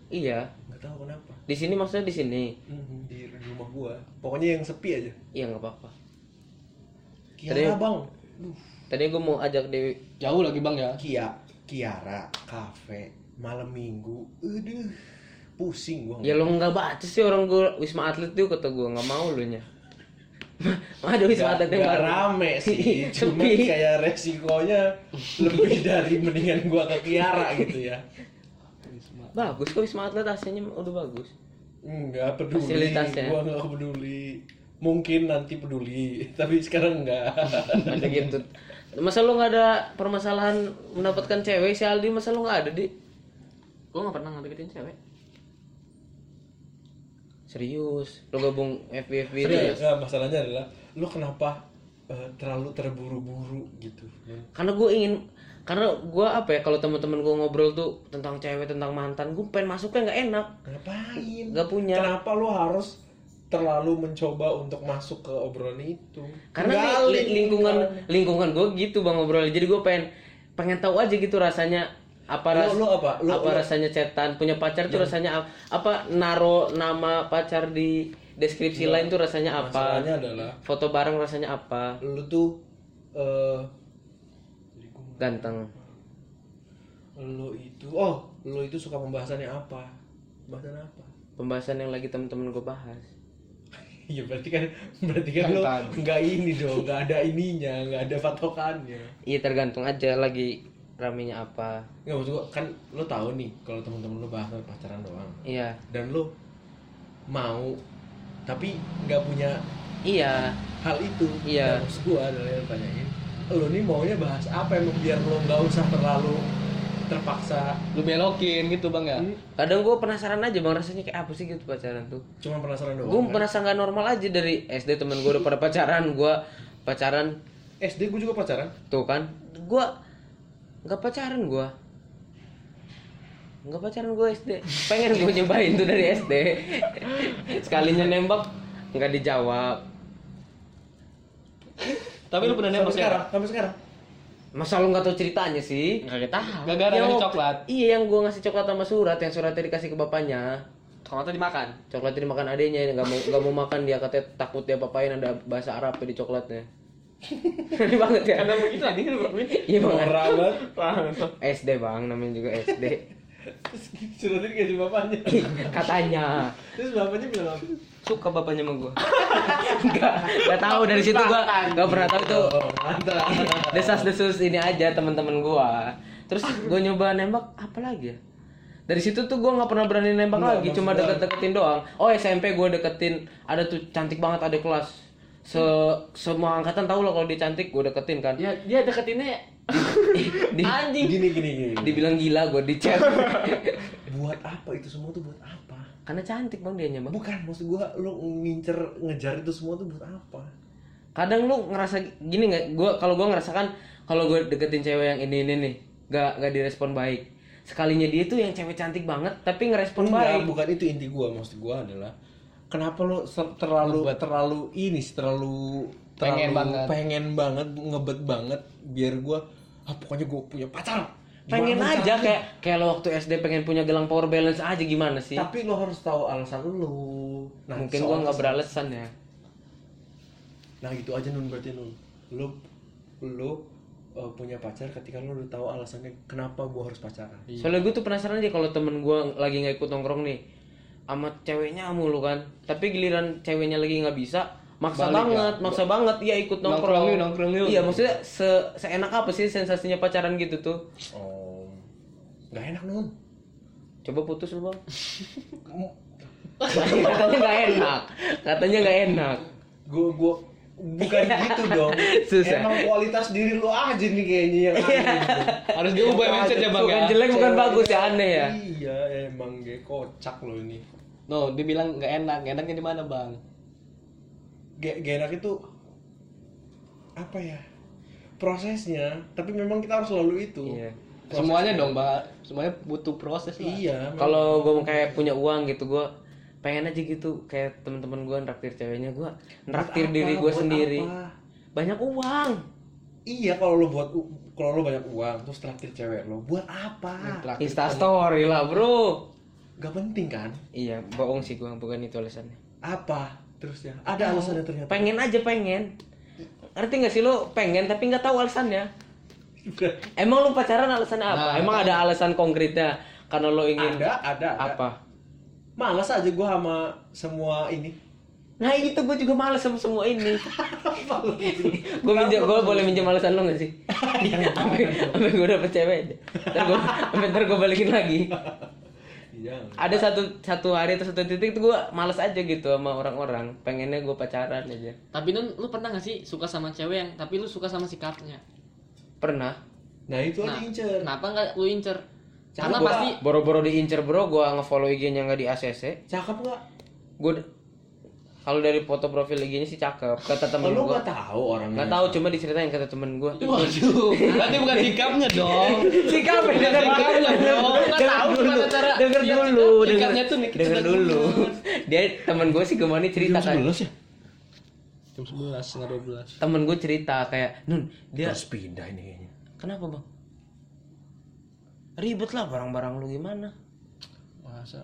Iya. Nggak tahu kenapa. Di sini maksudnya di sini. Hmm, di rumah gua. Pokoknya yang sepi aja. Iya nggak apa-apa. Kiara Tadi- bang. Duh. Tadi gue mau ajak Dewi. Jauh lagi bang ya. Kia, Kiara, kafe, malam minggu. Aduh, pusing gua. Ya lo nggak baca sih orang gue Wisma Atlet tuh kata gue nggak mau lu nya. Ada Wisma Atlet yang Gak baru. rame sih, cuma Sepi. kayak resikonya lebih dari mendingan gua ke Kiara gitu ya. Bagus kok Wisma Atlet A C-nya udah bagus. Enggak peduli, Fasilitasnya. gua nggak peduli. Mungkin nanti peduli, tapi sekarang enggak. Ada gitu. Masa lu nggak ada permasalahan mendapatkan cewek si Aldi, masa lu nggak ada di? Gue nggak pernah ngedeketin cewek. Serius, lu gabung F B F B itu Serius, ya? nggak, masalahnya adalah lu kenapa eh, terlalu terburu-buru gitu. Karena gue ingin, karena gue apa ya kalau teman-teman gue ngobrol tuh tentang cewek, tentang mantan, gue pengen masuknya nggak enak, Ngapain? nggak punya. Kenapa lu harus terlalu mencoba untuk masuk ke obrolan itu? Karena li- Tinggalin li- lingkungan lingkungannya. lingkungan gue gitu bang ngobrol, jadi gue pengen pengen tahu aja gitu rasanya apa Lu- ras lu apa? Lu- apa lu- rasanya cetan punya pacar tuh rasanya ap- apa naro nama pacar di deskripsi Enggak. lain tuh rasanya apa, Masalahnya adalah foto bareng rasanya apa, lu tuh eh ganteng. lu itu oh lu itu suka pembahasannya apa? Pembahasan apa? Pembahasan yang lagi temen-temen gue bahas. Iya berarti kan berarti kan lu Mantan. nggak ini dong, nggak ada ininya, nggak ada patokannya. Iya tergantung aja lagi ramenya apa. Nggak maksud gua kan lu tahu nih kalau teman-teman lu bahas pacaran doang Iya dan lu mau tapi nggak punya iya hal itu. Iya. Nah, maksud gua adalah yang tanyain lu nih maunya bahas apa emang biar lu nggak usah terlalu terpaksa. Lu belokin gitu bang ya. Hmm, kadang gue penasaran aja bang rasanya kayak apa sih gitu pacaran tuh. cuma penasaran doang. Gue kan? merasa nggak normal aja dari S D temen gue udah pada pacaran, gue pacaran S D gua juga pacaran. tuh kan, gue nggak pacaran gue, nggak pacaran gue S D, pengen gue nyobain tuh dari S D, sekalinya nembak nggak dijawab. Tapi lu pernah nembak sampai sekarang, cewek? sampai sekarang. Masa lu nggak tahu ceritanya sih? Nggak tahu. Gara-gara Yang ngasih waktu- coklat. Iya yang gue ngasih coklat sama surat, yang suratnya dikasih ke bapaknya. Coklatnya dimakan. Coklatnya dimakan adenya, nggak mau nggak mau makan dia, katanya takut dia papain ada bahasa Arab di coklatnya. Ini banget ya. Karena begitu tadi kan berapa ini? Iya bang. Norak banget. S D bang, namanya juga S D. Suratnya dikasih bapaknya. Katanya Terus bapaknya bilang apa? suka bapaknya sama gua. Enggak, enggak tahu dari situ gua enggak pernah tahu itu. Oh, mantap. Desas-desus ini aja teman-teman gua. Terus gua nyoba nembak apa lagi ya? Dari situ tuh gua nggak pernah berani nembak Enggak, lagi, cuma maksudnya- deket-deketin doang. Oh S M P gua deketin, ada tuh cantik banget ada kelas. Se semua angkatan tahu lah kalau dia cantik, gua deketin kan. Ya dia deketinnya Di, anjing. Gini gini gini. dibilang gila gua di chat. Buat apa itu semua tuh buat apa? Karena cantik bang dianya bang. Bukan, maksud gua lu ngincer ngejar itu semua tuh buat apa? Kadang lu ngerasa gini nggak? Gua kalau gua ngerasakan kalau gua deketin cewek yang ini ini nih, nggak nggak direspon baik. Sekalinya dia tuh yang cewek cantik banget, tapi ngerespon Enggak, baik. bukan itu inti gua. Maksud gua adalah kenapa lu ser- terlalu terlalu ini sih, terlalu Pengen terlalu banget. pengen banget ngebet banget biar gua ah pokoknya gua punya pacar. Pengen Gimana aja caranya? kayak kayak lo waktu S D pengen punya gelang power balance aja gimana sih? Tapi lo harus tahu alasan lu. Nah, Mungkin soal gua nggak alasan- beralasan ya. Nah gitu aja Nun berarti Nun. Lu lu uh, punya pacar ketika lu udah tahu alasannya kenapa gua harus pacaran. Soalnya gue tuh penasaran aja kalau temen gua lagi nggak ikut nongkrong nih, sama ceweknya mulu kan. Tapi giliran ceweknya lagi nggak bisa, maksa Balik banget, ya? maksa banget ya ikut nongkrong. Nongkrong yuk, nongkrong yuk. Iya maksudnya se seenak apa sih sensasinya pacaran gitu tuh? Oh. Nggak enak Nun. Coba putus lu bang. Katanya nggak enak, katanya nggak enak. Gua gua bukan gitu dong. Susah. Emang kualitas diri lu aja nih kayaknya yang aneh gitu. Harus diubah mindset ya bang Bukan ya. jelek bukan Cewek bagus ya itu- aneh ya. Iya emang gue kocak lo ini. No, dibilang nggak enak, nggak enaknya di mana bang? Gak, gak enak itu apa ya? Prosesnya. Tapi memang kita harus selalu itu. Iya. Prosesnya. Semuanya dong bang, semuanya butuh proses lah. Iya. memang. Kalau gue kayak punya uang gitu gue pengen aja gitu kayak teman-teman gue nraktir ceweknya gue nraktir Buat diri apa? gue Buat sendiri. apa? Banyak uang. Iya kalau lo buat u- kalau lo banyak uang terus traktir cewek lo buat apa? Traktir Insta story lah bro. gak penting kan? Iya, bohong sih gua, bukan itu alasannya. Apa terusnya? Ada alasannya ternyata. Pengen aja pengen. Ngerti nggak sih lo pengen tapi nggak tahu alasannya. Emang lo pacaran alasannya apa? Nah, Emang ada alasan konkretnya karena lo ingin Ada, ada, ada. apa? Malas aja gue sama semua ini. Nah itu gue juga males sama semua ini. Gue minjem, gue boleh minjem alasan lo nggak sih? Sampai sampai gue dapet cewek. Ntar gue, sampai ntar gue balikin lagi. Iya. Ada satu satu hari atau satu titik itu gue males aja gitu sama orang-orang. Pengennya gue pacaran aja. Tapi Nun, lu pernah gak sih suka sama cewek yang tapi lu suka sama sikapnya? Pernah. Nah itu Nah, aja incer. kenapa nggak lu incer? Karena Gua- pasti Boro-boro diincer bro, gue nge-follow I G-nya nggak di A C C. Cakep nggak? Gue kalau dari foto profil I G-nya sih cakep. Kata temen Lu gue. nggak tahu orangnya. Nggak tahu, cuma diceritain kata temen gue. Waduh, berarti bukan sikapnya dong. Sikap ya, denger Sikapnya dong. nggak tahu gimana cara denger dia dulu, denger, Sikapnya tuh nih, kita denger udah dulu. Dia temen gue sih kemana cerita kan. ya? Jam sebelas, setengah dua belas. Temen gue cerita kayak, Nun, dia Harus pindah ini kayaknya. kenapa bang? Ribet lah barang-barang lu gimana? Masa?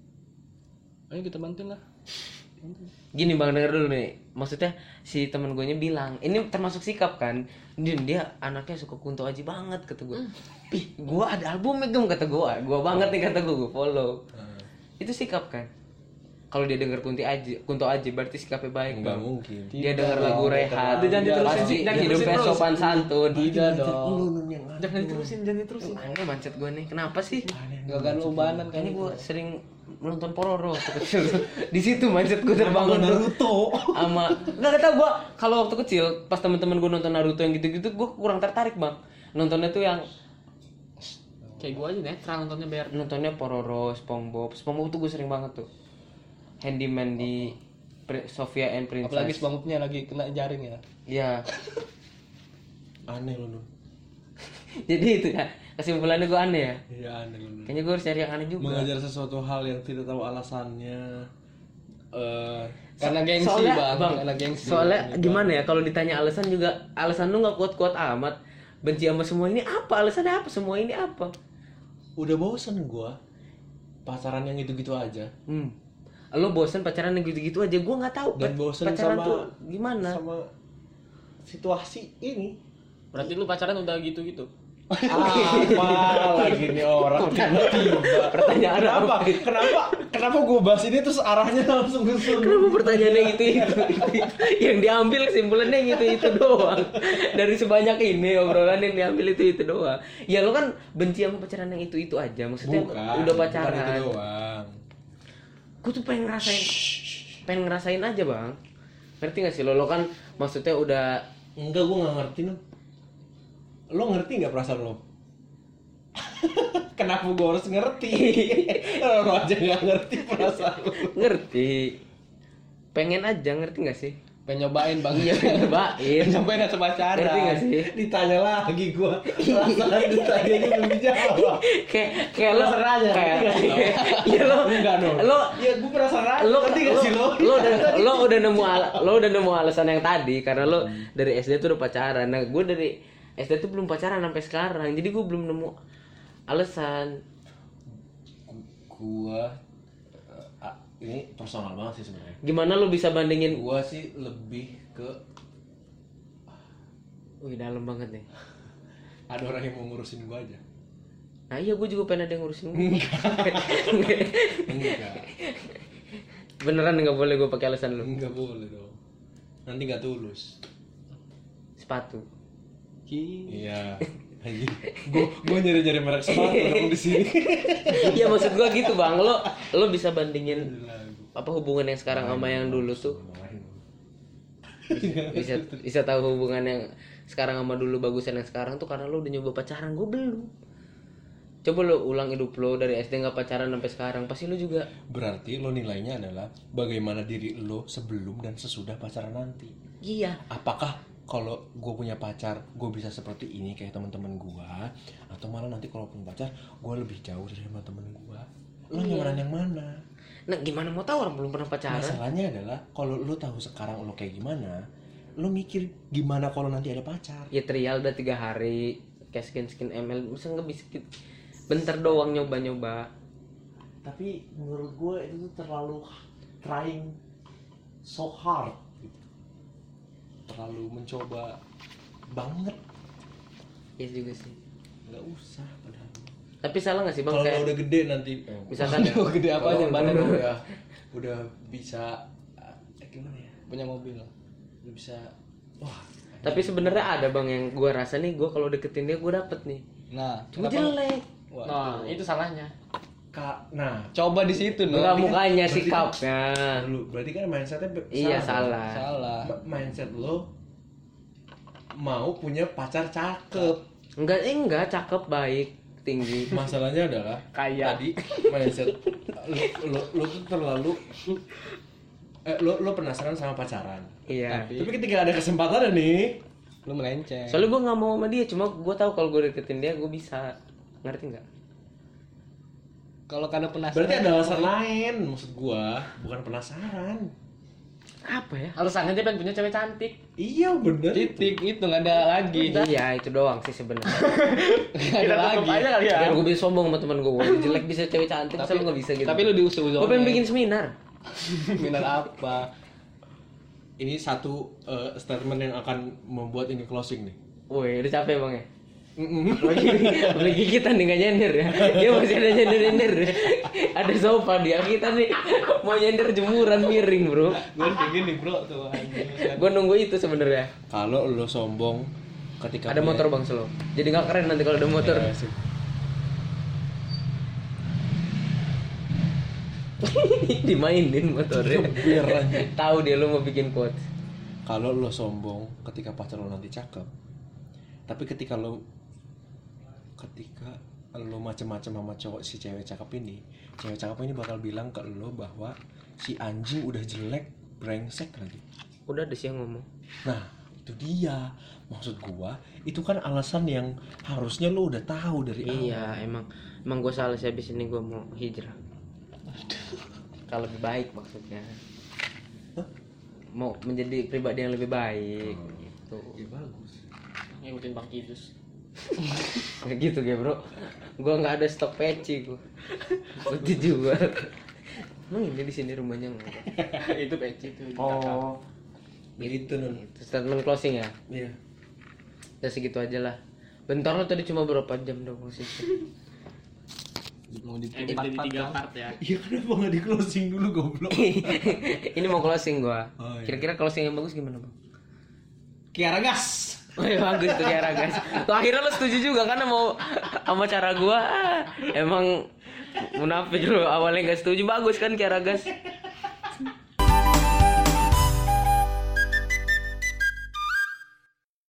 Ayo kita bantuin lah. Gini bang, denger dulu nih. Maksudnya si temen gue nya bilang, ini termasuk sikap kan? Din, dia anaknya suka Kunto Aji banget kata gue. Ih, gue ada albumnya gem kata gue. Gue banget nih kata gue, gue follow. Itu sikap kan? Kalau dia denger Kunti Aji, Kunto Aji berarti sikapnya baik Nggak bang. mungkin. Dia denger lagu Rehat, Jangan diterusin, pasti jangan hidupnya diterusin terus. sopan santun. Tidak dong. Lu Nun yang ada. jangan diterusin, jangan diterusin. Enggak bancet gue nih, kenapa sih? Gak kan umbanan kan Kayaknya gue sering nonton Pororo waktu kecil. Di situ mindset gue terbangun tuh. Naruto. Sama nggak tau gue kalau waktu kecil pas teman-teman gue nonton Naruto yang gitu-gitu gue kurang tertarik bang. Nontonnya tuh yang Kayak gua aja netral nontonnya biar nontonnya Pororo, SpongeBob. SpongeBob tuh gue sering banget tuh. Handyman di Pri- Sofia and Princess. apalagi SpongeBob-nya lagi kena jaring ya. Iya. Aneh lu Nun. Jadi itu ya kesimpulannya gue aneh ya. Iya aneh lu Nun. Kayaknya gue harus cari yang aneh juga. Mengajar sesuatu hal yang tidak tahu alasannya. Eh Karena gengsi Soalnya, bang. bang, Karena gengsi. soalnya gimana ya kalau ditanya alasan juga alasan lu nggak kuat-kuat amat. Benci sama semua ini apa? Alasannya apa? Semua ini apa? udah bosen gua pacaran yang gitu-gitu aja. Hmm. Lo bosen pacaran yang gitu-gitu aja, gue nggak tahu Dan pac- bosen pacaran sama tuh gimana. sama situasi ini. berarti lu pacaran udah gitu-gitu. Apa lagi nih orang tiba-tiba Pertanyaan kenapa apa? kenapa kenapa gue bahas ini terus arahnya langsung ke sana? Kenapa pertanyaannya itu itu, yang diambil kesimpulannya yang itu itu doang dari sebanyak ini obrolan yang diambil itu itu doang. Ya lo kan benci sama pacaran yang itu itu aja, maksudnya Bukan, udah bukan pacaran. itu doang. Gue tuh pengen ngerasain, pengen ngerasain aja bang. Ngerti gak sih lo? Lo kan maksudnya udah Enggak, gue nggak ngerti Nun. Lo ngerti nggak perasaan lo? Kenapa gue harus ngerti? Lo aja nggak ngerti perasaan lo. ngerti, pengen aja ngerti gak sih? Pengen nyobain bang. Iya nyobain. Nyobain atau pacaran. Ngerti gak sih? Ditanya lagi gue, perasaan ditanyanya belum dijawab. kayak kayak lo Terserah aja, kayak ngerti nggak sih lo? iya lo Enggak dong. lo Ya gue penasaran aja, lo ngerti nggak lo, sih lo? lo udah lo udah nemu al- lo udah nemu alasan yang tadi karena lo dari S D tuh udah pacaran. Nah gue dari S D tuh belum pacaran sampai sekarang, jadi gue belum nemu alasan. Gua eh, ah, ini personal banget sih sebenarnya. Gimana lo bisa bandingin? Gua sih lebih ke Wih dalam banget nih. ada orang yang mau ngurusin gua aja. Nah iya gue juga pengen ada yang ngurusin gue. Enggak, Beneran nggak boleh gue pakai alasan lo? enggak boleh dong. Nanti nggak tulus. Sepatu. Iya. Gue gue nyari nyari merek sepatu dong di sini. Iya maksud gue gitu bang. Lo lo bisa bandingin apa hubungan yang sekarang sama yang dulu tuh? bisa bisa tahu hubungan yang sekarang sama dulu bagusan yang sekarang tuh karena lo udah nyoba pacaran, gue belum. Coba lo ulang hidup lo dari S D nggak pacaran sampai sekarang, pasti lo juga. Berarti lo nilainya adalah bagaimana diri lo sebelum dan sesudah pacaran nanti. Iya. Apakah kalau gue punya pacar gue bisa seperti ini kayak teman-teman gue, atau malah nanti kalau punya pacar gue lebih jauh dari teman-teman gue? Lo Iya. nyamaran yang mana? Nah gimana mau tahu orang belum pernah pacaran? Masalahnya adalah kalau lo tahu sekarang lo kayak gimana, lo mikir gimana kalau nanti ada pacar? Ya trial udah tiga hari, kayak skin skin M L, masa nggak bisa bentar doang nyoba nyoba. tapi menurut gue itu tuh terlalu trying so hard gitu. Terlalu mencoba banget. Iya juga sih. Nggak usah padahal. Tapi salah nggak sih bang? Kalau Kayak lo udah gede nanti, misalkan Aduh, gede apa aja kalau badan lo lu udah udah bisa eh, gimana ya? punya mobil. Lu bisa wah. tapi sebenarnya ada bang yang gue rasa nih, gue kalau deketin dia gue dapet nih. Nah, Cuma kenapa- jelek. Wah, Nah, itu salahnya. Kak, nah, coba di situ no. Enggak kan- mukanya, berarti kan- sikapnya. lu berarti kan mindsetnya be- Iya salah. Salah. Ma- mindset lo mau punya pacar cakep. Enggak, eh, enggak cakep, baik, tinggi. Masalahnya adalah Kaya. tadi mindset lo, lo, lo tuh terlalu eh, lo lo penasaran sama pacaran. Iya. Tapi- Tapi ketika ada kesempatan nih, Lu melenceng. Soalnya gue nggak mau sama dia, cuma gue tahu kalau gue deketin dia gue bisa, ngerti nggak? Kalau karena penasaran. berarti ada alasan lain maksud gua, bukan penasaran. Apa ya? Alasannya dia pengen punya cewek cantik. Iya bener. Titik itu nggak ada lagi. Iya itu doang sih sebenarnya. Nggak ada Kita lagi. tutup aja kali ya. Biar gue bisa sombong sama teman gue, gue jelek bisa cewek cantik, Tapi- tapi lu nggak bisa gitu. Tapi lu diusung-usung. Gue pengen bikin seminar. minat apa? Ini satu eh, statement yang akan membuat ini closing nih. Woi, udah capek bang ya? Lagi, lagi kita nih nggak nyender ya, dia masih ada nyender nyender. Ada sofa dia, kita nih mau nyender jemuran miring bro. Gue kayak gini bro tuh. Gue nunggu itu sebenarnya. Kalau lo sombong ketika Ada motor bang slow, jadi nggak keren nanti kalau ada motor. Ya, sip. Dimainin motornya. Biar lanjut. Tahu dia lu mau bikin quotes. Kalau lo sombong ketika pacar lo nanti cakep, tapi ketika lo ketika lo macem-macem sama cowok si cewek cakep ini, cewek cakep ini bakal bilang ke lo bahwa si anjing udah jelek, brengsek lagi. Udah ada sih yang ngomong. Nah, itu dia. Maksud gua, itu kan alasan yang harusnya lo udah tahu dari awal. Iya, emang emang gue salah sih, abis ini gue mau hijrah. Kalau lebih baik maksudnya. Mau menjadi pribadi yang lebih baik gitu. Ya bagus. Ngikutin Bang Kidus. Kayak gitu ya bro. Gua nggak ada stok peci gua. Buat dijual. Emang ini di sini rumahnya nggak ada? Itu peci itu. Oh, Begitu Nun. itu statement closing ya. Iya. Udah segitu aja lah. Bentar lo tadi cuma berapa jam dong musik? Mau di Edit jadi tiga part ya. Iya, kenapa nggak di closing dulu goblok? Ini mau closing gua. Oh, iya. Kira-kira closing yang bagus gimana bang? Kiara gas. Oh ya bagus tuh cara guys. Tuh akhirnya lo setuju juga kan mau sama cara gua. Ah, emang munafik lo awalnya nggak setuju, bagus kan cara guys.